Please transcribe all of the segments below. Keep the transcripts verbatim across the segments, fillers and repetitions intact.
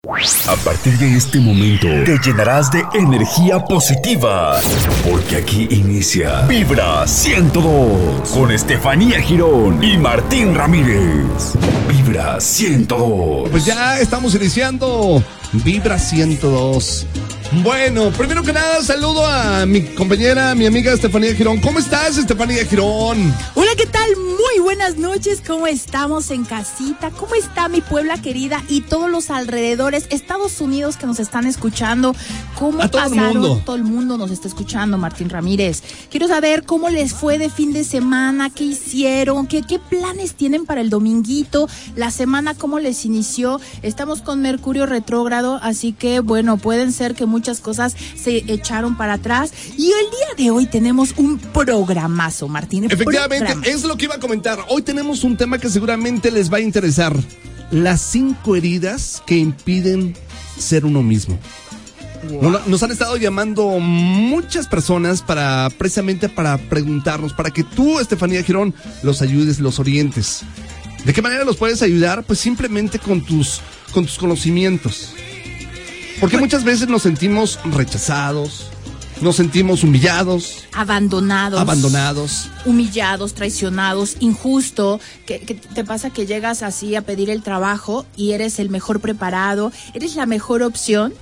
A partir de este momento te llenarás de energía positiva, porque aquí inicia Vibra ciento dos con Estefanía Girón y Martín Ramírez. Vibra ciento dos. Pues ya estamos iniciando Vibra ciento dos. Bueno, primero que nada saludo a mi compañera, mi amiga Estefanía Girón. ¿Cómo estás, Estefanía Girón? Hola, ¿qué tal? Muy buenas noches. ¿Cómo estamos en casita? ¿Cómo está mi Puebla querida y todos los alrededores, Estados Unidos que nos están escuchando? ¿Cómo a todo pasaron? el mundo. Todo el mundo nos está escuchando, Martín Ramírez. Quiero saber cómo les fue de fin de semana, qué hicieron, qué, qué planes tienen para el dominguito, la semana cómo les inició. Estamos con Mercurio retrógrado, así que bueno, pueden ser que muchas cosas se echaron para atrás. Y el día de hoy tenemos un programazo, Martín. Efectivamente, programazo. es lo que iba a comentar. Hoy tenemos un tema que seguramente les va a interesar. Las cinco heridas que impiden ser uno mismo. Wow. Nos han estado llamando muchas personas para precisamente para preguntarnos, para que tú, Estefanía Girón, los ayudes, los orientes. ¿De qué manera los puedes ayudar? Pues simplemente con tus, con tus conocimientos. Porque bueno, muchas veces nos sentimos rechazados, nos sentimos humillados, abandonados, abandonados, humillados, traicionados, injusto. ¿Qué, qué te pasa que llegas así a pedir el trabajo y eres el mejor preparado, eres la mejor opción?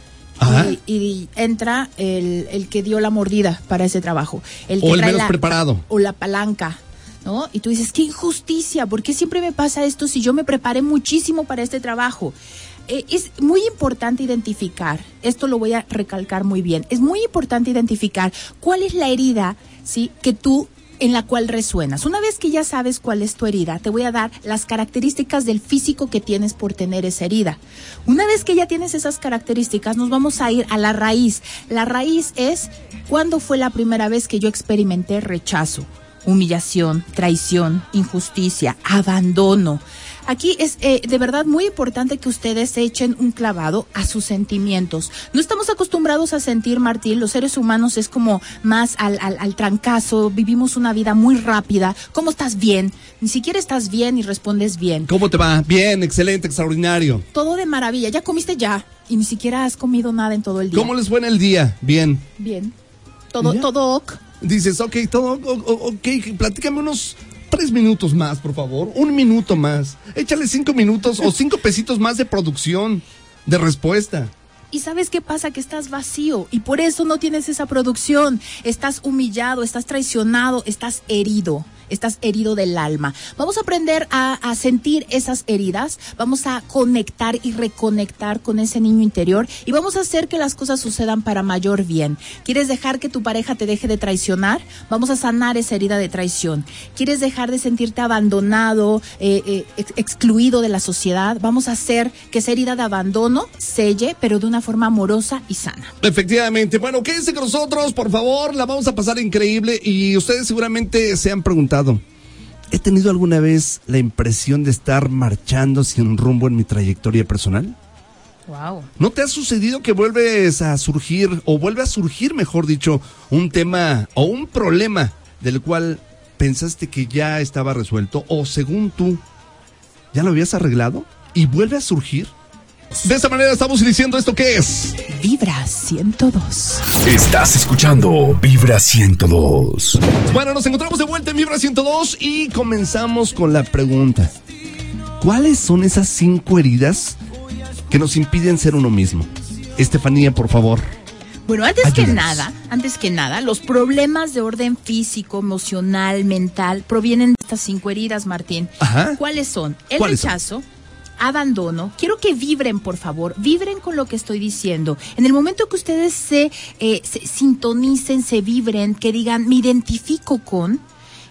Y, y entra el, el que dio la mordida para ese trabajo, el que o el trae menos la, preparado, o la palanca, ¿no? Y tú dices, qué injusticia, ¿por qué siempre me pasa esto si yo me preparé muchísimo para este trabajo? Eh, es muy importante identificar, esto lo voy a recalcar muy bien, es muy importante identificar cuál es la herida, ¿sí?, que tú en la cual resuenas. Una vez que ya sabes cuál es tu herida, te voy a dar las características del físico que tienes por tener esa herida. Una vez que ya tienes esas características, nos vamos a ir a la raíz. La raíz es, ¿cuándo fue la primera vez que yo experimenté rechazo, humillación, traición, injusticia, abandono? Aquí es eh, de verdad muy importante que ustedes echen un clavado a sus sentimientos. No estamos acostumbrados a sentir, Martín, los seres humanos es como más al, al, al trancazo, vivimos una vida muy rápida. ¿Cómo estás? Bien. Ni siquiera estás bien y respondes bien. ¿Cómo te va? Bien, excelente, extraordinario. Todo de maravilla. ¿Ya comiste? Ya. Y ni siquiera has comido nada en todo el día. ¿Cómo les fue en el día? Bien. Bien. Todo, todo ok. Dices, ok, todo ok, platícame unos tres minutos más, por favor, un minuto más. Échale cinco minutos o cinco pesitos más de producción, de respuesta. ¿Y sabes qué pasa? Que estás vacío y por eso no tienes esa producción. Estás humillado, estás traicionado, estás herido. Estás herido del alma. Vamos a aprender a, a sentir esas heridas, vamos a conectar y reconectar con ese niño interior y vamos a hacer que las cosas sucedan para mayor bien. ¿Quieres dejar que tu pareja te deje de traicionar? Vamos a sanar esa herida de traición. ¿Quieres dejar de sentirte abandonado, eh, eh, ex- excluido de la sociedad? Vamos a hacer que esa herida de abandono selle, pero de una forma amorosa y sana. Efectivamente. Bueno, quédense con nosotros, por favor, la vamos a pasar increíble y ustedes seguramente se han preguntado, ¿he tenido alguna vez la impresión de estar marchando sin rumbo en mi trayectoria personal? Wow. ¿No te ha sucedido que vuelves a surgir, o vuelve a surgir, mejor dicho, un tema o un problema del cual pensaste que ya estaba resuelto, o según tú, ya lo habías arreglado y vuelve a surgir? De esta manera estamos iniciando esto que es Vibra ciento dos. Estás escuchando Vibra ciento dos. Bueno, nos encontramos de vuelta en Vibra ciento dos y comenzamos con la pregunta: ¿cuáles son esas cinco heridas que nos impiden ser uno mismo? Estefanía, por favor. Bueno, antes Ayúdanos. que nada, antes que nada, los problemas de orden físico, emocional, mental provienen de estas cinco heridas, Martín. Ajá. ¿Cuáles son? El ¿Cuáles rechazo. son? Abandono. Quiero que vibren, por favor, vibren con lo que estoy diciendo. En el momento que ustedes se, eh, se sintonicen, se vibren, que digan, me identifico con,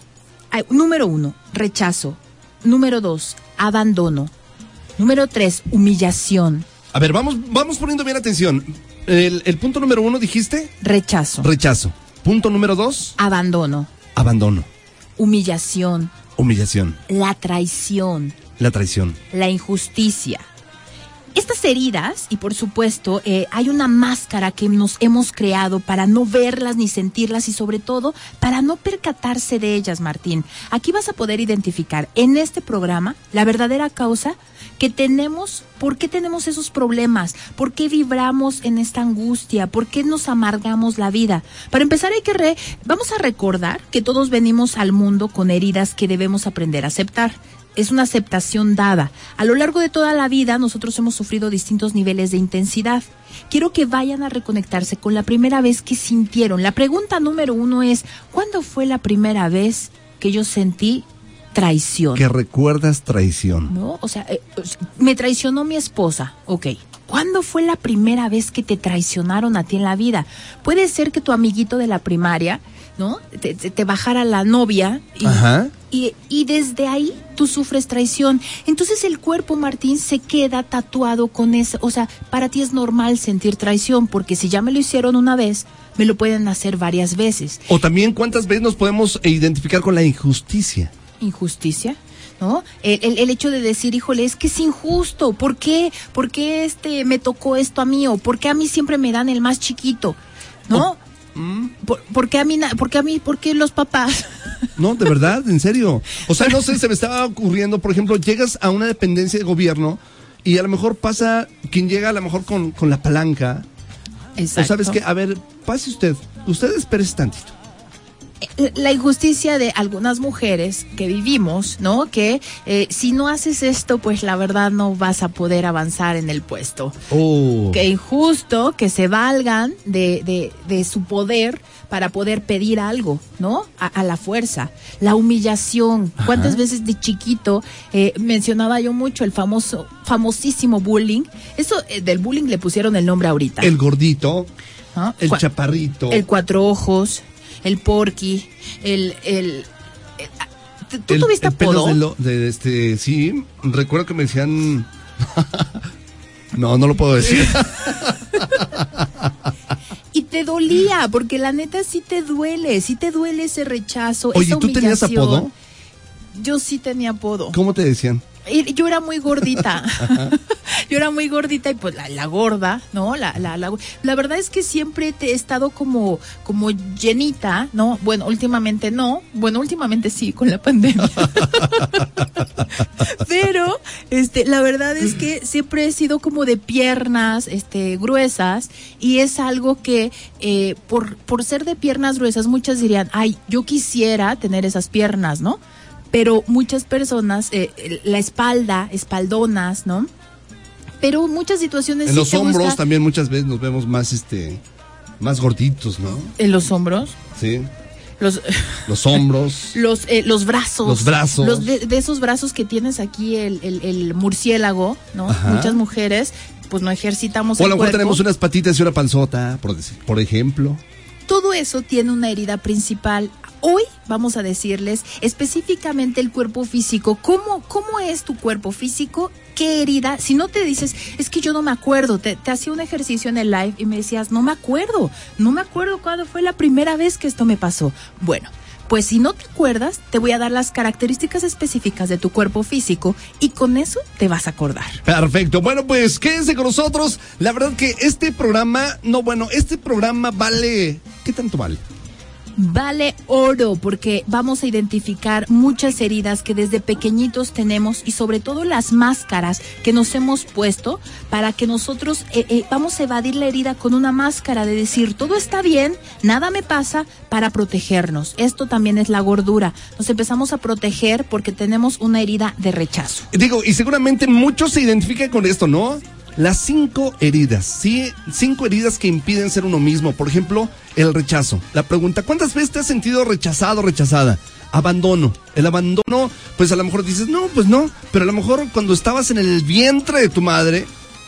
ay, número uno, rechazo. Número dos, abandono. Número tres, humillación. A ver, vamos, vamos poniendo bien atención. El, el punto número uno, dijiste, Rechazo. rechazo. Punto número dos, Abandono. abandono, Humillación. humillación, La traición. la traición. La injusticia. Estas heridas, y por supuesto, eh, hay una máscara que nos hemos creado para no verlas ni sentirlas y sobre todo para no percatarse de ellas, Martín. Aquí vas a poder identificar en este programa la verdadera causa que tenemos, ¿por qué tenemos esos problemas? ¿Por qué vibramos en esta angustia? ¿Por qué nos amargamos la vida? Para empezar hay que re, vamos a recordar que todos venimos al mundo con heridas que debemos aprender a aceptar. Es una aceptación dada. A lo largo de toda la vida nosotros hemos sufrido distintos niveles de intensidad. Quiero que vayan a reconectarse con la primera vez que sintieron. La pregunta número uno es, ¿cuándo fue la primera vez que yo sentí traición? Que recuerdas traición. ¿No? O sea, eh, me traicionó mi esposa. Ok. ¿Cuándo fue la primera vez que te traicionaron a ti en la vida? Puede ser que tu amiguito de la primaria, ¿no? Te, te, te bajara la novia y, Ajá. y, y desde ahí tú sufres traición. Entonces el cuerpo, Martín, se queda tatuado con eso. O sea, para ti es normal sentir traición, porque si ya me lo hicieron una vez, me lo pueden hacer varias veces. O también, ¿cuántas veces nos podemos identificar con la injusticia? ¿Injusticia? ¿No? El, el, el hecho de decir, híjole, es que es injusto. ¿Por qué? ¿Por qué este me tocó esto a mí? ¿O por qué a mí siempre me dan el más chiquito? ¿No? Oh. Mm. ¿Por, por qué a mí, por qué a mí, por qué los papás? No, de verdad, en serio. O sea, no sé, se me estaba ocurriendo, por ejemplo, llegas a una dependencia de gobierno y a lo mejor pasa quien llega a lo mejor con, con la palanca. Exacto. O sabes que, a ver, pase usted, usted espérese tantito. La injusticia de algunas mujeres que vivimos, ¿no? Que eh, si no haces esto, pues la verdad no vas a poder avanzar en el puesto. Oh. Que injusto que se valgan de, de, de su poder para poder pedir algo, ¿no? A, a la fuerza. La humillación. Ajá. ¿Cuántas veces de chiquito eh, mencionaba yo mucho el famoso, famosísimo bullying? Eso eh, del bullying le pusieron el nombre ahorita. El gordito, ¿no? el Cu- chaparrito. El cuatro ojos, el porqui, el... el, el ¿Tú el, tuviste el pelos apodo? de, lo, de este, sí, recuerdo que me decían... No, no lo puedo decir. Y te dolía, porque la neta sí te duele, sí te duele ese rechazo, Oye, esa ¿tú tenías humillación. apodo? Yo sí tenía apodo. ¿Cómo te decían? Y yo era muy gordita. Yo era muy gordita y pues la, la gorda, ¿no? La, la, la, la verdad es que siempre te he estado como, como llenita, ¿no? Bueno, últimamente no. Bueno, últimamente sí, con la pandemia. Pero, este, la verdad es que siempre he sido como de piernas, este, gruesas, y es algo que, eh, por, por ser de piernas gruesas, muchas dirían, ay, yo quisiera tener esas piernas, ¿no? Pero muchas personas, eh, la espalda, espaldonas, ¿no? Pero muchas situaciones... En sí los te hombros gusta. también muchas veces nos vemos más, este, más gorditos, ¿no? En los hombros, Sí, los... los hombros. Los, eh, los brazos. Los brazos. Los de, de esos brazos que tienes aquí, el, el, el murciélago, ¿no? Ajá. Muchas mujeres, pues no ejercitamos O a el lo mejor cuerpo. tenemos unas patitas y una panzota, por, decir, por ejemplo. Todo eso tiene una herida principal. Hoy vamos a decirles específicamente el cuerpo físico. ¿Cómo, cómo es tu cuerpo físico? ¿Qué herida? Si no te dices, es que yo no me acuerdo. Te, te hacía un ejercicio en el live y me decías, no me acuerdo. No me acuerdo cuándo fue la primera vez que esto me pasó. Bueno, pues si no te acuerdas, te voy a dar las características específicas de tu cuerpo físico y con eso te vas a acordar. Perfecto. Bueno, pues quédense con nosotros. La verdad que este programa, no, bueno, este programa vale... ¿Qué tanto vale? Vale oro, porque vamos a identificar muchas heridas que desde pequeñitos tenemos y sobre todo las máscaras que nos hemos puesto para que nosotros eh, eh, vamos a evadir la herida con una máscara de decir todo está bien, nada me pasa, para protegernos. Esto también es la gordura. Nos empezamos a proteger porque tenemos una herida de rechazo. Digo, y seguramente muchos se identifican con esto, ¿no? Las cinco heridas, sí, cinco heridas que impiden ser uno mismo. Por ejemplo, el rechazo. La pregunta, ¿cuántas veces te has sentido rechazado o rechazada? Abandono. El abandono, pues a lo mejor dices, no, pues no. Pero a lo mejor cuando estabas en el vientre de tu madre,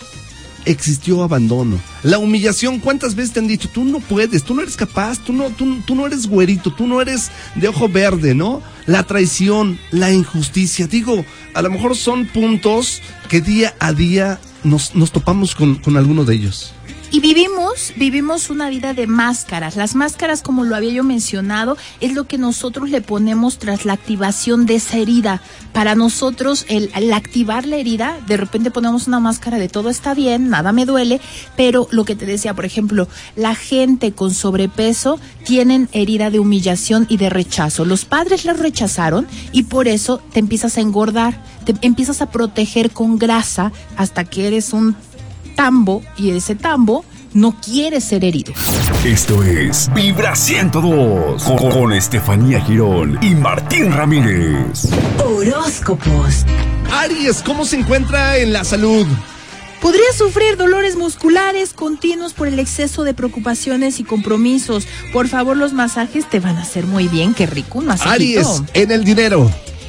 existió abandono. La humillación, ¿cuántas veces te han dicho, tú no puedes, tú no eres capaz, tú no, tú, tú no eres güerito, tú no eres de ojo verde, ¿no? La traición, la injusticia. Digo, a lo mejor son puntos que día a día nos, nos topamos con, con alguno de ellos. y vivimos, vivimos una vida de máscaras. Las máscaras, como lo había yo mencionado, es lo que nosotros le ponemos tras la activación de esa herida. Para nosotros, el, el activar la herida, de repente ponemos una máscara de todo está bien, nada me duele, pero lo que te decía, por ejemplo, la gente con sobrepeso tienen herida de humillación y de rechazo. Los padres la rechazaron y por eso te empiezas a engordar, te empiezas a proteger con grasa hasta que eres un tambo y ese tambo no quiere ser herido. Esto es Vibra ciento dos con, con Estefanía Girón y Martín Ramírez. Horóscopos. Aries, ¿cómo se encuentra en la salud? Podrías sufrir dolores musculares continuos por el exceso de preocupaciones y compromisos. Por favor, los masajes te van a hacer muy bien. Qué rico un masajito. Aries, en el dinero.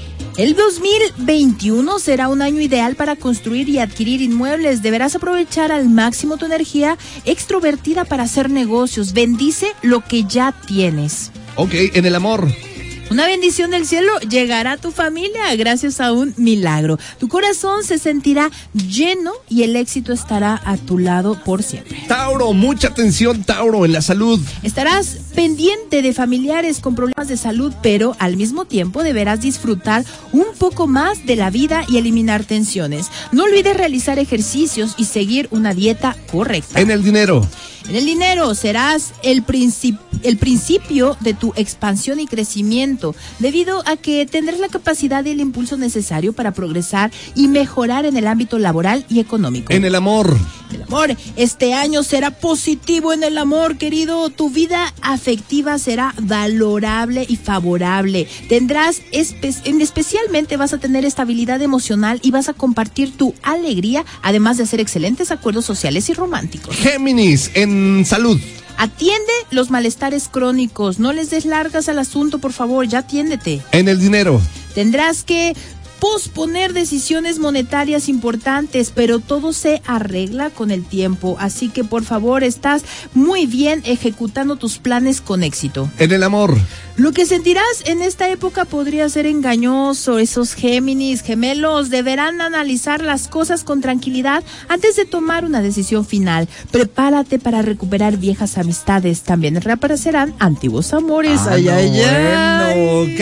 El dos mil veintiuno será un año ideal para construir y adquirir inmuebles. Deberás aprovechar al máximo tu energía extrovertida para hacer negocios. Bendice lo que ya tienes. Ok, en el amor. Una bendición del cielo llegará a tu familia gracias a un milagro. Tu corazón se sentirá lleno y el éxito estará a tu lado por siempre. Tauro, mucha atención, Tauro, en la salud. Estarás pendiente de familiares con problemas de salud, pero al mismo tiempo deberás disfrutar un poco más de la vida y eliminar tensiones. No olvides realizar ejercicios y seguir una dieta correcta. En el dinero. En el dinero serás el, princip- el principio de tu expansión y crecimiento, debido a que tendrás la capacidad y el impulso necesario para progresar y mejorar en el ámbito laboral y económico. En el amor. El amor, este año será positivo en el amor, querido. Tu vida afectiva será valorable y favorable. Tendrás, espe- especialmente vas a tener estabilidad emocional y vas a compartir tu alegría, además de hacer excelentes acuerdos sociales y románticos. Géminis, en salud. Atiende los malestares crónicos, no les des largas al asunto, por favor, ya atiéndete. En el dinero. Tendrás que posponer decisiones monetarias importantes, pero todo se arregla con el tiempo, así que por favor estás muy bien ejecutando tus planes con éxito. En el amor. Lo que sentirás en esta época podría ser engañoso. Esos Géminis, gemelos, deberán analizar las cosas con tranquilidad antes de tomar una decisión final. Prepárate para recuperar viejas amistades. También reaparecerán antiguos amores. Ah, ay, no, ay, ay. Bueno,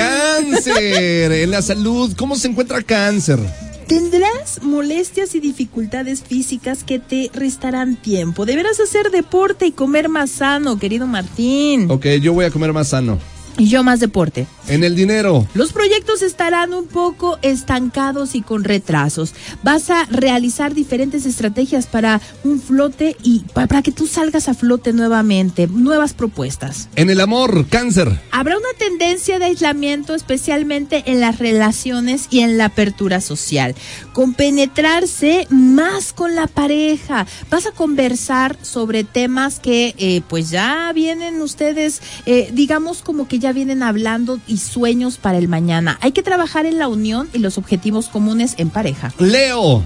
Cáncer, en la salud. ¿Cómo se encuentra Cáncer? Tendrás molestias y dificultades físicas que te restarán tiempo. Deberás hacer deporte y comer más sano, querido Martín. Ok, yo voy a comer más sano. Y yo más deporte. En el dinero. Los proyectos estarán un poco estancados y con retrasos. Vas a realizar diferentes estrategias para un flote y para que tú salgas a flote nuevamente. Nuevas propuestas. En el amor, Cáncer. Habrá una tendencia de aislamiento, especialmente en las relaciones y en la apertura social. Compenetrarse más con la pareja. Vas a conversar sobre temas que eh, pues ya vienen ustedes, eh, digamos como que ya vienen hablando y sueños para el mañana. Hay que trabajar en la unión y los objetivos comunes en pareja. Leo,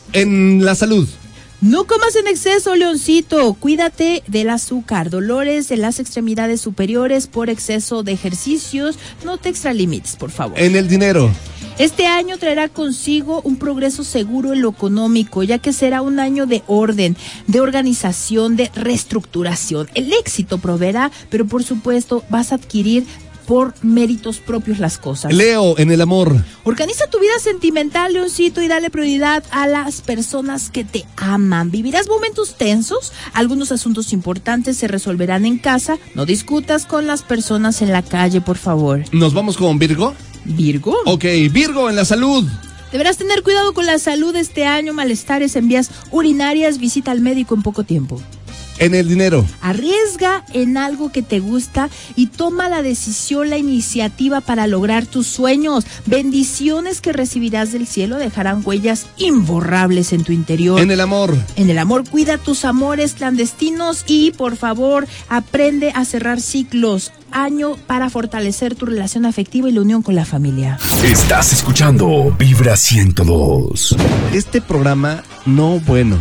en la salud. No comas en exceso, Leoncito. Cuídate del azúcar, dolores de las extremidades superiores por exceso de ejercicios. No te extralimites, por favor. En el dinero. Este año traerá consigo un progreso seguro en lo económico, ya que será un año de orden, de organización, de reestructuración. El éxito proveerá, pero por supuesto vas a adquirir por méritos propios las cosas. Leo, en el amor. Organiza tu vida sentimental, Leoncito, y dale prioridad a las personas que te aman. Vivirás momentos tensos, algunos asuntos importantes se resolverán en casa. No discutas con las personas en la calle, por favor. ¿Nos vamos con Virgo? ¿Virgo? Ok, Virgo, en la salud. Deberás tener cuidado con la salud este año, malestares en vías urinarias, visita al médico en poco tiempo. En el dinero. Arriesga en algo que te gusta y toma la decisión, la iniciativa para lograr tus sueños. Bendiciones que recibirás del cielo dejarán huellas imborrables en tu interior. En el amor. En el amor, cuida tus amores clandestinos y, por favor, aprende a cerrar ciclos. Año para fortalecer tu relación afectiva y la unión con la familia. Estás escuchando Vibra ciento dos. Este programa, no bueno.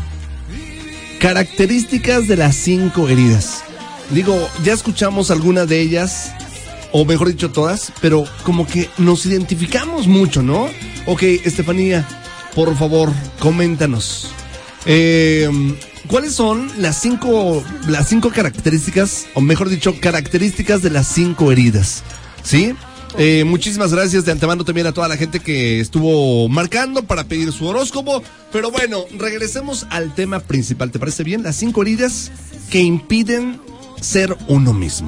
Características de las cinco heridas. Digo, ya escuchamos algunas de ellas, o mejor dicho todas, pero como que nos identificamos mucho, ¿no? Ok, Estefanía, por favor, coméntanos. Eh, ¿cuáles son las cinco, las cinco características, o mejor dicho, características de las cinco heridas? ¿Sí? Eh, muchísimas gracias de antemano también a toda la gente que estuvo marcando para pedir su horóscopo. Pero bueno, regresemos al tema principal. ¿Te parece bien? Las cinco heridas que impiden ser uno mismo.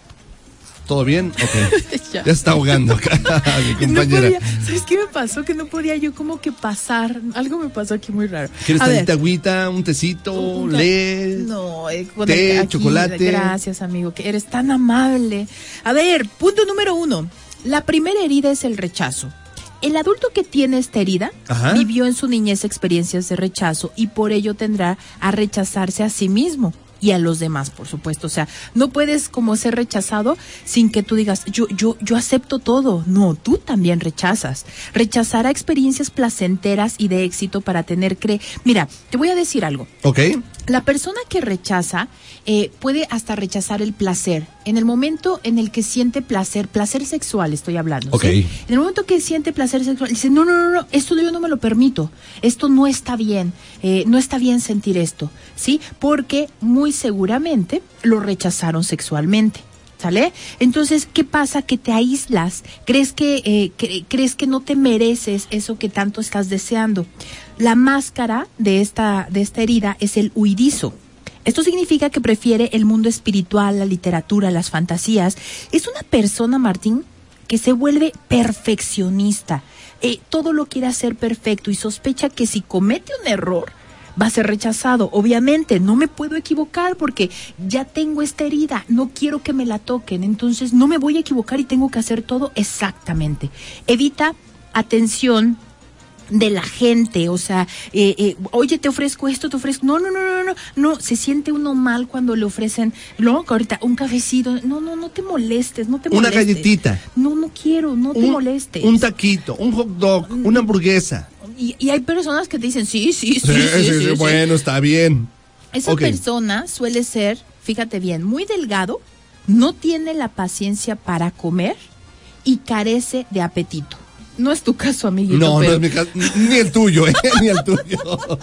¿Todo bien? Ok. ya. ya está ahogando acá mi compañera. No podía, ¿sabes qué me pasó? Que no podía yo como que pasar. Algo me pasó aquí muy raro. ¿Quieres tantita agüita, un tecito, un lee? No, eh, té, aquí, chocolate. Gracias, amigo, que eres tan amable. A ver, punto número uno. La primera herida es el rechazo. El adulto que tiene esta herida Ajá. vivió en su niñez experiencias de rechazo y por ello tendrá a rechazarse a sí mismo y a los demás, por supuesto. O sea, no puedes como ser rechazado sin que tú digas, yo, yo, yo acepto todo. No, tú también rechazas. Rechazará experiencias placenteras y de éxito para tener cre... Mira, te voy a decir algo. Ok. La persona que rechaza eh, puede hasta rechazar el placer. En el momento en el que siente placer, placer sexual estoy hablando, okay. ¿sí? En el momento que siente placer sexual, dice, no, no, no, no, esto yo no me lo permito, esto no está bien, eh, no está bien sentir esto, ¿sí? Porque muy seguramente lo rechazaron sexualmente. ¿Sale? Entonces, ¿qué pasa? Que te aíslas, crees que, eh, cre- crees que no te mereces eso que tanto estás deseando. La máscara de esta, de esta herida es el huidizo. Esto significa que prefiere el mundo espiritual, la literatura, las fantasías. Es una persona, Martín, que se vuelve perfeccionista. Eh, todo lo quiere hacer perfecto y sospecha que si comete un error, va a ser rechazado. Obviamente, no me puedo equivocar porque ya tengo esta herida, no quiero que me la toquen, entonces no me voy a equivocar y tengo que hacer todo exactamente. Evita atención de la gente, o sea, eh, eh, oye, te ofrezco esto, te ofrezco, no, no, no, no, no, no, se siente uno mal cuando le ofrecen, no, ahorita un cafecito, no, no, no te molestes, no te molestes. Una galletita. No, no quiero, no te un, molestes. Un taquito, un hot dog, una hamburguesa. Y, y hay personas que te dicen, sí, sí, sí, sí, sí, sí, sí, sí bueno, está bien. Esa okay. persona suele ser, fíjate bien, muy delgado, no tiene la paciencia para comer y carece de apetito. No es tu caso, amiguito. No, pero... no es mi caso, ni el tuyo, ¿eh? Ni el tuyo.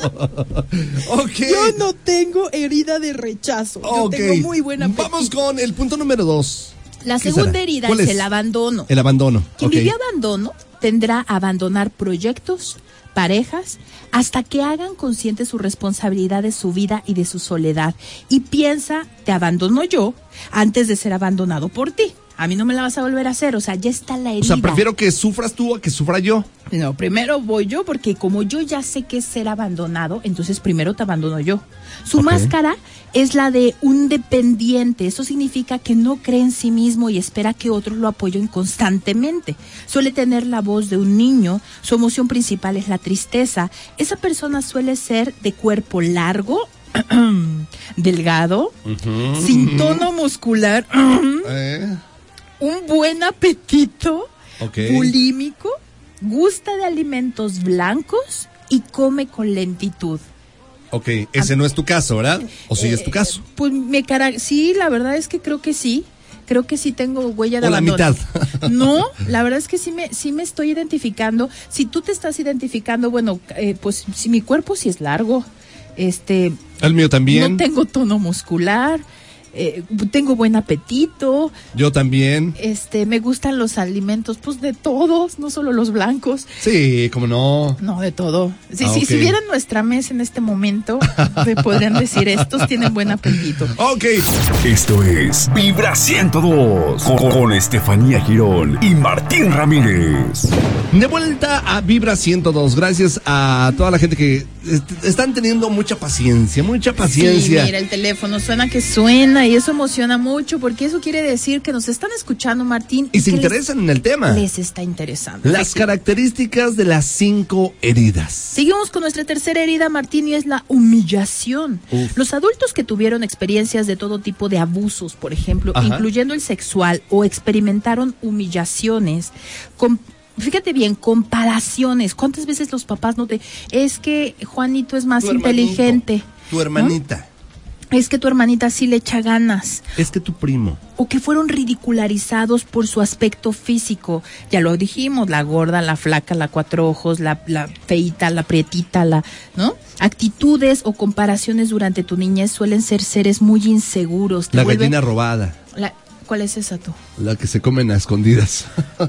Okay. Yo no tengo herida de rechazo. Yo okay. tengo muy buena apetito. Vamos con el punto número dos. La segunda herida es, es el abandono. El abandono. Quien okay. vivió abandono tendrá a abandonar proyectos, parejas, hasta que hagan consciente su responsabilidad de su vida y de su soledad. Y piensa, te abandono yo antes de ser abandonado por ti. A mí no me la vas a volver a hacer, o sea, ya está la herida. O sea, prefiero que sufras tú a que sufra yo. No, primero voy yo, porque como yo ya sé que es ser abandonado, entonces primero te abandono yo. Su okay. máscara es la de un dependiente. Eso significa que no cree en sí mismo y espera que otros lo apoyen constantemente. Suele tener la voz de un niño, su emoción principal es la tristeza. Esa persona suele ser de cuerpo largo, delgado, uh-huh, sin tono uh-huh. muscular, uh-huh, eh. un buen apetito, okay. bulímico, gusta de alimentos blancos y come con lentitud. Ok, ese no es tu caso, ¿verdad? ¿O sí eh, es tu caso? Pues me cara- sí, la verdad es que creo que sí. Creo que sí tengo huella de o abandono. La mitad. No, la verdad es que sí me, sí me estoy identificando. Si tú te estás identificando, bueno, eh, pues si mi cuerpo sí es largo, este... El mío también. No tengo tono muscular. Eh, tengo buen apetito. Yo también. Este, me gustan los alimentos, pues de todos, no solo los blancos. Sí, cómo no. No, de todo. Sí, ah, sí, okay. Si vieran nuestra mesa en este momento, te podrían decir, estos tienen buen apetito. Ok. Esto es Vibra ciento dos con, con Estefanía Girón y Martín Ramírez. De vuelta a Vibra ciento dos. Gracias a toda la gente que est- están teniendo mucha paciencia, mucha paciencia. Sí, mira, el teléfono suena que suena. Y eso emociona mucho porque eso quiere decir que nos están escuchando, Martín. Y, y se interesan les, en el tema. Les está interesando. Las características de las cinco heridas. Seguimos con nuestra tercera herida, Martín, y es la humillación. Uf. Los adultos que tuvieron experiencias de todo tipo de abusos, por ejemplo, Ajá. incluyendo el sexual, o experimentaron humillaciones, con... Fíjate bien, comparaciones. ¿Cuántas veces los papás no te... Es que Juanito es más tu inteligente. Hermanito, tu hermanita. ¿No? Es que tu hermanita sí le echa ganas. Es que tu primo. o que fueron ridicularizados por su aspecto físico. Ya lo dijimos, la gorda, la flaca, la cuatro ojos, la, la feita, la prietita, la, ¿no? Actitudes o comparaciones durante tu niñez suelen ser seres muy inseguros. Te La vuelven- gallina robada, la- ¿Cuál es esa tú? la que se comen a escondidas.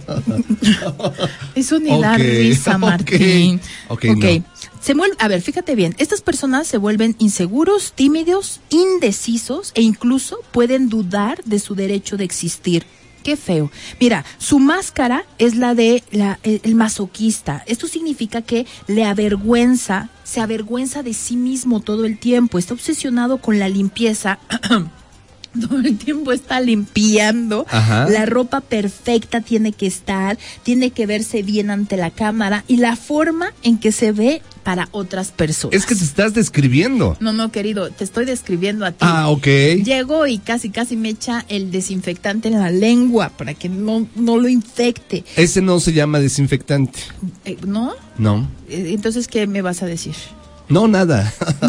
Eso ni da Ok, risa, ok, Martín. ok, Ok. no. Se vuelve, a ver, fíjate bien, estas personas se vuelven inseguros, tímidos, indecisos e incluso pueden dudar de su derecho de existir. Qué feo. Mira, su máscara es la de la, el, el masoquista. Esto significa que le avergüenza, se avergüenza de sí mismo todo el tiempo, está obsesionado con la limpieza. Todo el tiempo está limpiando. Ajá. La ropa perfecta tiene que estar, tiene que verse bien ante la cámara y la forma en que se ve para otras personas. Es que te estás describiendo. No, no, querido, te estoy describiendo a ti. Ah, ok. Llego y casi, casi me echa el desinfectante en la lengua para que no, no lo infecte. Ese no se llama desinfectante. Eh, ¿No? No. Eh, Entonces, ¿qué me vas a decir? No, nada.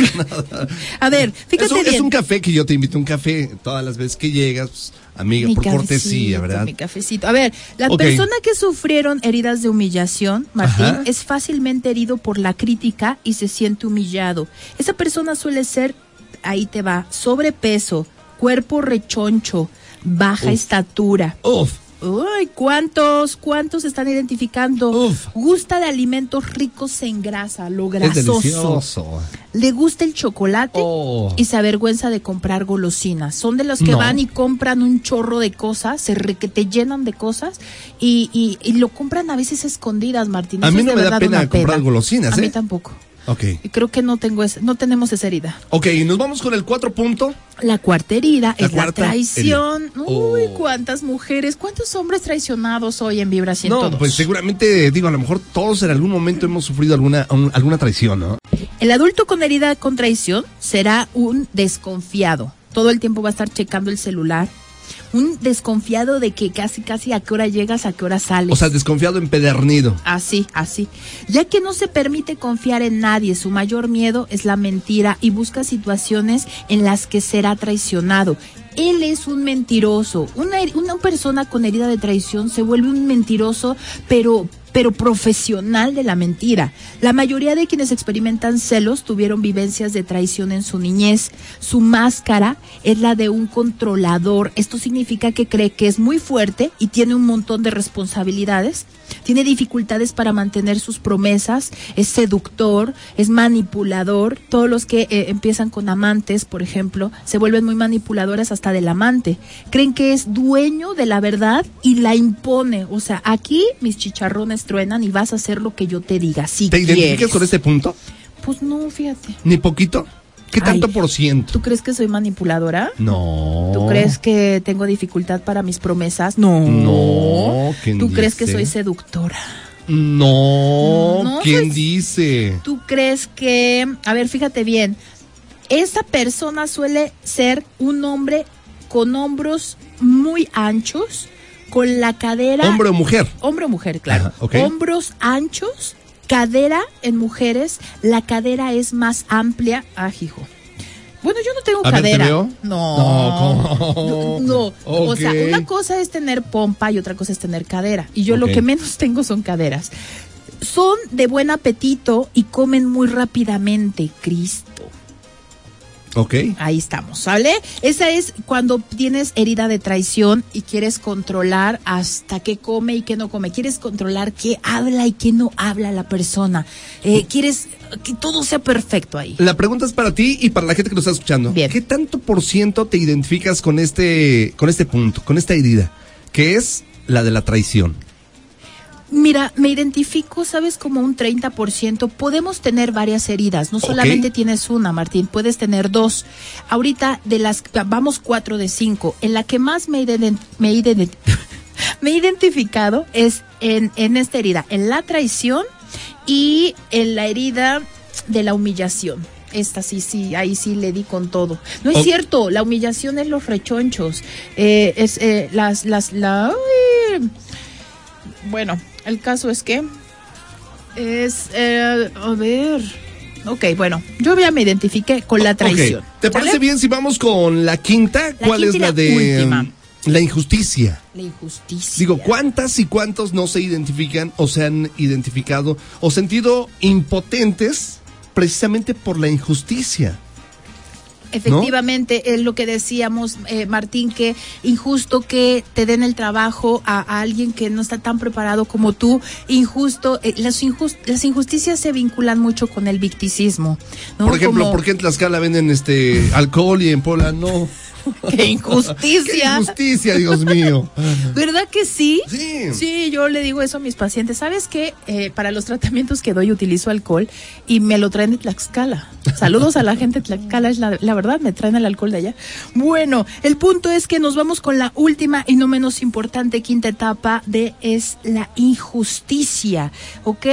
A ver, fíjate es, un, bien. es un café que yo te invito a un café todas las veces que llegas, pues, amiga, Mi por cafecito, cortesía, ¿verdad? Mi cafecito. A ver, las Ok. personas que sufrieron heridas de humillación, Martín, Ajá. es fácilmente herido por la crítica y se siente humillado. Esa persona suele ser, ahí te va, sobrepeso, cuerpo rechoncho, baja Uf. estatura. Uf. Uy, ¿cuántos, cuántos están identificando? Uf. Gusta de alimentos ricos en grasa, lo Es grasoso. delicioso. Le gusta el chocolate Oh. y se avergüenza de comprar golosinas. Son de los que No. van y compran un chorro de cosas, se re, que te llenan de cosas y, y, y lo compran a veces escondidas, Martín. A Eso mí es no de me da verdad pena una comprar golosinas, A mí ¿eh? tampoco. Ok. Y creo que no tengo ese, no tenemos esa herida. Ok, nos vamos con el cuatro punto. La cuarta herida La es la cuarta traición. herida. Uy, Oh. cuántas mujeres, cuántos hombres traicionados hoy en Vibra ciento dos. No, pues seguramente, digo, a lo mejor todos en algún momento hemos sufrido alguna, un- alguna traición, ¿no? El adulto con herida con traición será un desconfiado. Todo el tiempo va a estar checando el celular. Un desconfiado de que casi, casi a qué hora llegas, a qué hora sales. O sea, desconfiado, empedernido. Así, así. Ya que no se permite confiar en nadie, su mayor miedo es la mentira y busca situaciones en las que será traicionado. Él es un mentiroso. Una, una persona con herida de traición se vuelve un mentiroso, pero pero profesional de la mentira. La mayoría de quienes experimentan celos tuvieron vivencias de traición en su niñez. Su máscara es la de un controlador. Esto significa que cree que es muy fuerte y tiene un montón de responsabilidades. Tiene dificultades para mantener sus promesas, es seductor, es manipulador. Todos los que eh, empiezan con amantes, por ejemplo, se vuelven muy manipuladores hasta del amante. Creen que es dueño de la verdad y la impone. O sea, aquí mis chicharrones truenan y vas a hacer lo que yo te diga. Si ¿Te identificas quieres. con este punto? Pues no, fíjate. ¿Ni poquito? ¿Qué Ay, tanto por ciento? ¿Tú crees que soy manipuladora? No. ¿Tú crees que tengo dificultad para mis promesas? No. No, ¿quién ¿Tú crees que dice? soy seductora? No, No, ¿quién pues- dice? ¿Tú crees que, a ver, fíjate bien, esa persona suele ser un hombre con hombros muy anchos, con la cadera... ¿Hombre o mujer? Hombre o mujer, claro. Ajá, ok. Hombros anchos, cadera en mujeres, la cadera es más amplia. Ah, hijo. Bueno, yo no tengo A ver, ¿te cadera. veo? No. No, ¿cómo? No, no. O sea, Ok. una cosa es tener pompa y otra cosa es tener cadera. Y yo lo Ok. que menos tengo son caderas. Son de buen apetito y comen muy rápidamente. Cristo. Ok. Ahí estamos, ¿sale? Esa es cuando tienes herida de traición y quieres controlar hasta qué come y qué no come. Quieres controlar qué habla y qué no habla la persona. Eh, quieres que todo sea perfecto ahí. La pregunta es para ti y para la gente que nos está escuchando. Bien. ¿Qué tanto por ciento te identificas con este, con este punto, con esta herida? Que es la de la traición. Mira, me identifico, sabes, como un treinta por ciento. Podemos tener varias heridas, no Ok. solamente tienes una, Martín, puedes tener dos. Ahorita de las, vamos cuatro de cinco. En la que más me, ident- me, ident- me he identificado es en, en esta herida, en la traición y en la herida de la humillación. Esta sí, sí, ahí sí le di con todo. No es Ok. cierto, la humillación es los rechonchos, eh, es eh, las, las, la... uy. Bueno, el caso es que es, eh, a ver, ok, bueno, yo ya me identifiqué con la traición. Ok. ¿Te parece ¿Sale? bien si vamos con la quinta? La ¿Cuál quinta es y la, la de última. um, La injusticia. La injusticia. Digo, ¿cuántas y cuántos no se identifican o se han identificado o sentido impotentes precisamente por la injusticia? Efectivamente, ¿no? Es lo que decíamos, eh, Martín, que injusto que te den el trabajo a, a alguien que no está tan preparado como tú, injusto, eh, las, injust, las injusticias se vinculan mucho con el victicismo, ¿no? Por ejemplo, como... ¿por qué en Tlaxcala venden este alcohol y en Puebla no? ¡Qué injusticia! ¡Qué injusticia, Dios mío! ¿Verdad que sí? Sí. Sí, yo le digo eso a mis pacientes. ¿Sabes qué? Eh, para los tratamientos que doy utilizo alcohol y me lo traen de Tlaxcala. Saludos a la gente de Tlaxcala, es la, la verdad, me traen el alcohol de allá. Bueno, el punto es que nos vamos con la última y no menos importante quinta etapa de es la injusticia, ¿ok?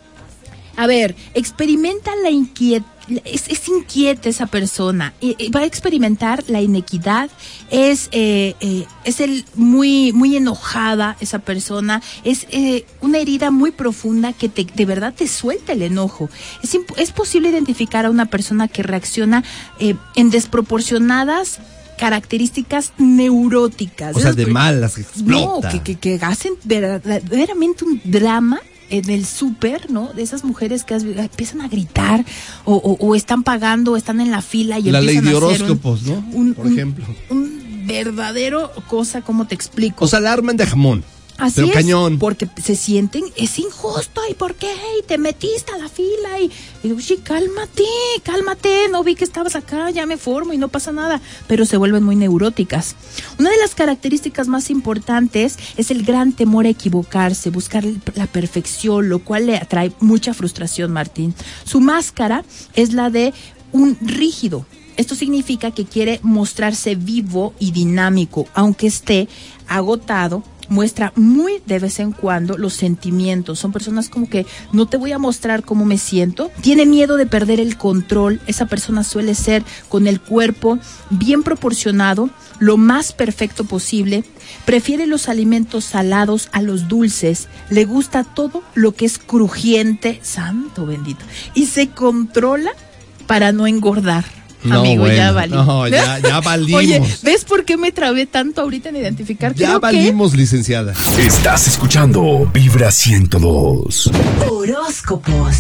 A ver, experimenta la inquietud. Es, es inquieta esa persona, eh, va a experimentar la inequidad, es eh, eh, es el muy muy enojada esa persona, es eh, una herida muy profunda que te, de verdad te suelta el enojo. Es, imp- es posible identificar a una persona que reacciona eh, en desproporcionadas características neuróticas. O sea, Esas de per- malas, que explota. No, que, que, que hacen verdaderamente un drama en el súper, ¿no? De esas mujeres que empiezan a gritar o, o, o están pagando o están en la fila y la ley empiezan de a hacer horóscopos, un, ¿no? un, Por un, ejemplo. Un verdadero cosa, ¿cómo te explico? O sea, la arman de jamón. Así pero es, cañón. porque se sienten, es injusto, ¿y por qué? Y te metiste a la fila y, y digo, sí, cálmate, cálmate, no vi que estabas acá, ya me formo y no pasa nada, pero se vuelven muy neuróticas. Una de las características más importantes es el gran temor a equivocarse, buscar la perfección, lo cual le atrae mucha frustración, Martín. Su máscara es la de un rígido. Esto significa que quiere mostrarse vivo y dinámico, aunque esté agotado. Muestra muy de vez en cuando los sentimientos. Son personas como que no te voy a mostrar cómo me siento. Tiene miedo de perder el control. Esa persona suele ser con el cuerpo bien proporcionado, lo más perfecto posible. Prefiere los alimentos salados a los dulces. Le gusta todo lo que es crujiente. Santo bendito. Y se controla para no engordar. No, amigo, bueno, ya valí. No, ya, ya valimos. Oye, ¿ves por qué me trabé tanto ahorita en identificar? Ya Creo valimos, que... licenciada. Estás escuchando Vibra ciento dos. Horóscopos.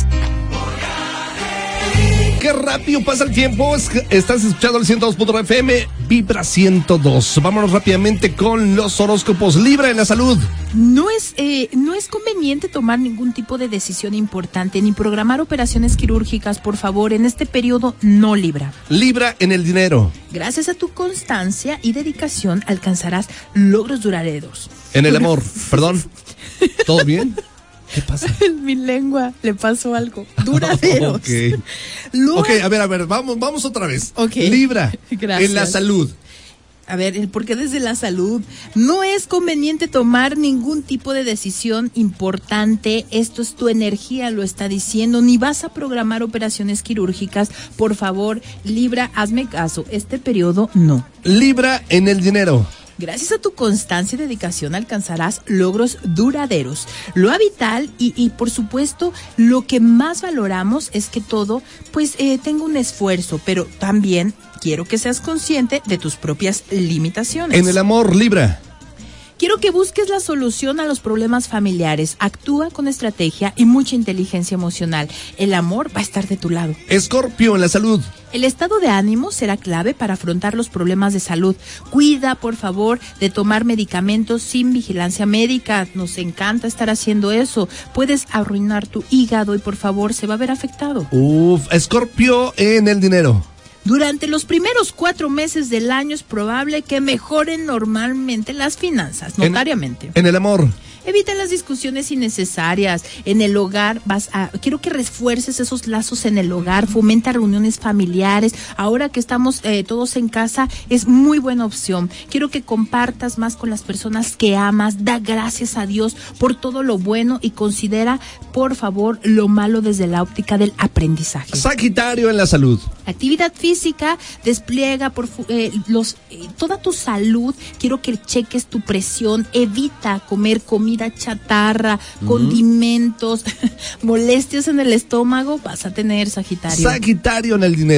Qué rápido pasa el tiempo. Estás escuchando el ciento dos punto nueve F M, Vibra ciento dos. Vámonos rápidamente con los horóscopos. Libra en la salud. No es, eh, no es conveniente tomar ningún tipo de decisión importante ni programar operaciones quirúrgicas, por favor. En este periodo no, Libra. Libra en el dinero. Gracias a tu constancia y dedicación alcanzarás logros duraderos. En el amor, perdón. ¿Todo bien? ¿Qué pasa? En mi lengua le pasó algo. Duraderos. Okay. Luego... ok, a ver, a ver, vamos, vamos otra vez. Okay. Libra, gracias. En la salud. A ver, el porqué desde la salud. No es conveniente tomar ningún tipo de decisión importante. Esto es tu energía, lo está diciendo. Ni vas a programar operaciones quirúrgicas. Por favor, Libra, hazme caso. Este periodo, no. Libra en el dinero. Gracias a tu constancia y dedicación alcanzarás logros duraderos. Lo vital y, y por supuesto lo que más valoramos es que todo pues eh, tenga un esfuerzo, pero también quiero que seas consciente de tus propias limitaciones. En el amor, Libra. Quiero que busques la solución a los problemas familiares. Actúa con estrategia y mucha inteligencia emocional. El amor va a estar de tu lado. Escorpio en la salud. El estado de ánimo será clave para afrontar los problemas de salud. Cuida, por favor, de tomar medicamentos sin vigilancia médica. Nos encanta estar haciendo eso. Puedes arruinar tu hígado y, por favor, se va a ver afectado. Uf, Escorpio en el dinero. Durante los primeros cuatro meses del año es probable que mejoren normalmente las finanzas, notariamente. En, en el amor. Evita las discusiones innecesarias. En el hogar vas a... Quiero que refuerces esos lazos en el hogar, fomenta reuniones familiares. Ahora que estamos eh, todos en casa, es muy buena opción. Quiero que compartas más con las personas que amas. Da gracias a Dios por todo lo bueno y considera, por favor, lo malo desde la óptica del aprendizaje. Sagitario en la salud. Actividad física, despliega por eh, los eh, toda tu salud. Quiero que cheques tu presión. Evita comer comida chatarra, uh-huh. condimentos, molestias en el estómago, vas a tener, Sagitario. Sagitario en el dinero.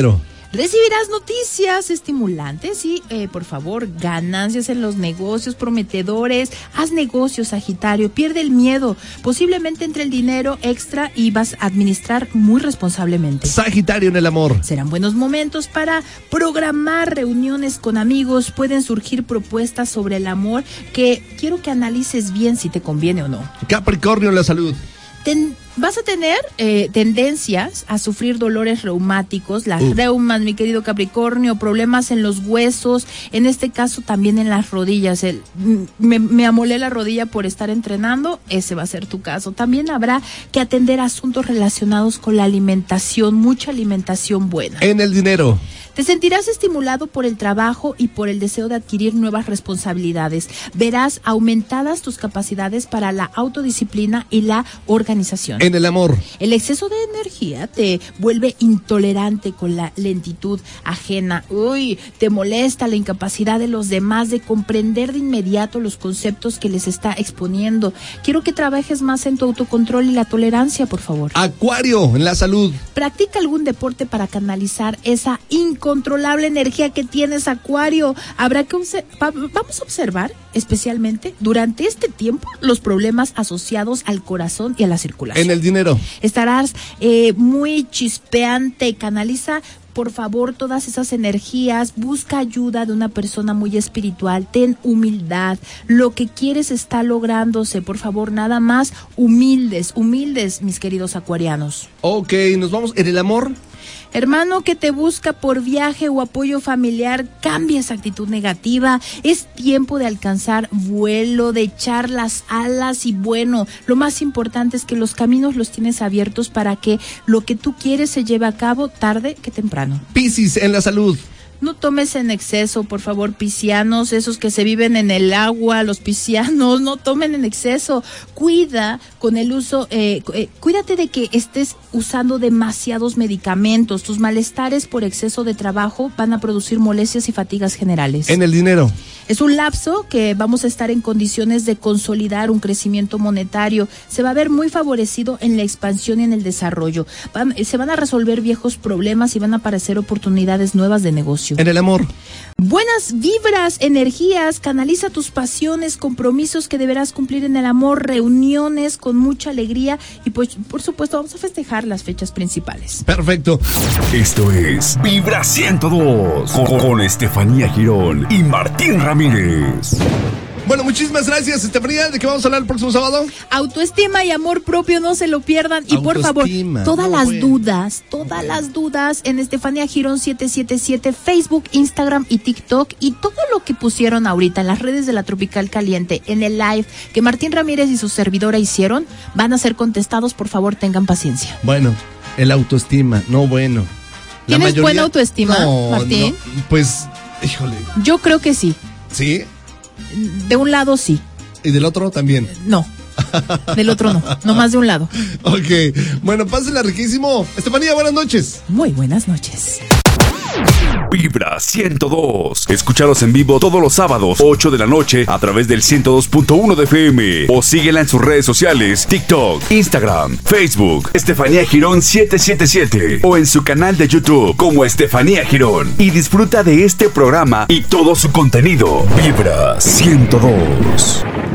Recibirás noticias estimulantes y, eh, por favor, ganancias en los negocios prometedores. Haz negocios, Sagitario, pierde el miedo. Posiblemente entre el dinero extra y vas a administrar muy responsablemente. Sagitario en el amor. Serán buenos momentos para programar reuniones con amigos. Pueden surgir propuestas sobre el amor que quiero que analices bien si te conviene o no. Capricornio en la salud. Ten, vas a tener eh, tendencias a sufrir dolores reumáticos, las uh. reumas, mi querido Capricornio, problemas en los huesos, en este caso también en las rodillas. El, me, me amolé la rodilla por estar entrenando, ese va a ser tu caso. También habrá que atender asuntos relacionados con la alimentación, mucha alimentación buena. En el dinero. Te sentirás estimulado por el trabajo y por el deseo de adquirir nuevas responsabilidades. Verás aumentadas tus capacidades para la autodisciplina y la organización. En el amor. El exceso de energía te vuelve intolerante con la lentitud ajena. Uy, te molesta la incapacidad de los demás de comprender de inmediato los conceptos que les está exponiendo. Quiero que trabajes más en tu autocontrol y la tolerancia, por favor. Acuario en la salud. Practica algún deporte para canalizar esa incontrolable energía que tienes, Acuario. Habrá que obse- va- vamos a observar especialmente durante este tiempo los problemas asociados al corazón y a la circulación. En el dinero. Estarás eh, muy chispeante. Canaliza por favor todas esas energías, busca ayuda de una persona muy espiritual, ten humildad, lo que quieres está lográndose, por favor, nada más humildes, humildes, mis queridos acuarianos. Ok, nos vamos en el amor. Hermano que te busca por viaje o apoyo familiar, cambia esa actitud negativa. Es tiempo de alcanzar vuelo, de echar las alas y bueno, lo más importante es que los caminos los tienes abiertos para que lo que tú quieres se lleve a cabo tarde que temprano. Piscis en la salud. No tomes en exceso, por favor, piscianos, esos que se viven en el agua, los piscianos, no tomen en exceso. Cuida con el uso, eh, eh, cuídate de que estés usando demasiados medicamentos. Tus malestares por exceso de trabajo van a producir molestias y fatigas generales. En el dinero. Es un lapso que vamos a estar en condiciones de consolidar un crecimiento monetario. Se va a ver muy favorecido en la expansión y en el desarrollo. Van, se van a resolver viejos problemas y van a aparecer oportunidades nuevas de negocio. En el amor. Buenas vibras, energías, canaliza tus pasiones, compromisos que deberás cumplir en el amor, reuniones con mucha alegría y pues por supuesto vamos a festejar las fechas principales. Perfecto. Esto es Vibra ciento dos con, con Estefanía Girón y Martín Ramírez. Bueno, muchísimas gracias, Estefanía. ¿De qué vamos a hablar el próximo sábado? Autoestima y amor propio, no se lo pierdan. Y por favor, todas no, las bueno. dudas, todas okay. las dudas en Estefanía Girón siete siete siete, Facebook, Instagram y TikTok. Y todo lo que pusieron ahorita en las redes de la Tropical Caliente, en el live que Martín Ramírez y su servidora hicieron, van a ser contestados. Por favor, tengan paciencia. Bueno, el autoestima, no bueno. La ¿Tienes mayoría... buena autoestima, no, Martín? No, pues, híjole. Yo creo que sí. ¿Sí? De un lado sí. ¿Y del otro también? No. Del otro no. No más de un lado. Ok. Bueno, pásenla riquísimo. Estefanía, buenas noches. Muy buenas noches. Vibra ciento dos. Escúchalos en vivo todos los sábados, ocho de la noche, a través del ciento dos punto uno de F M. O síguela en sus redes sociales, TikTok, Instagram, Facebook, Estefanía Girón siete siete siete. O en su canal de YouTube como Estefanía Girón. Y disfruta de este programa y todo su contenido. Vibra ciento dos.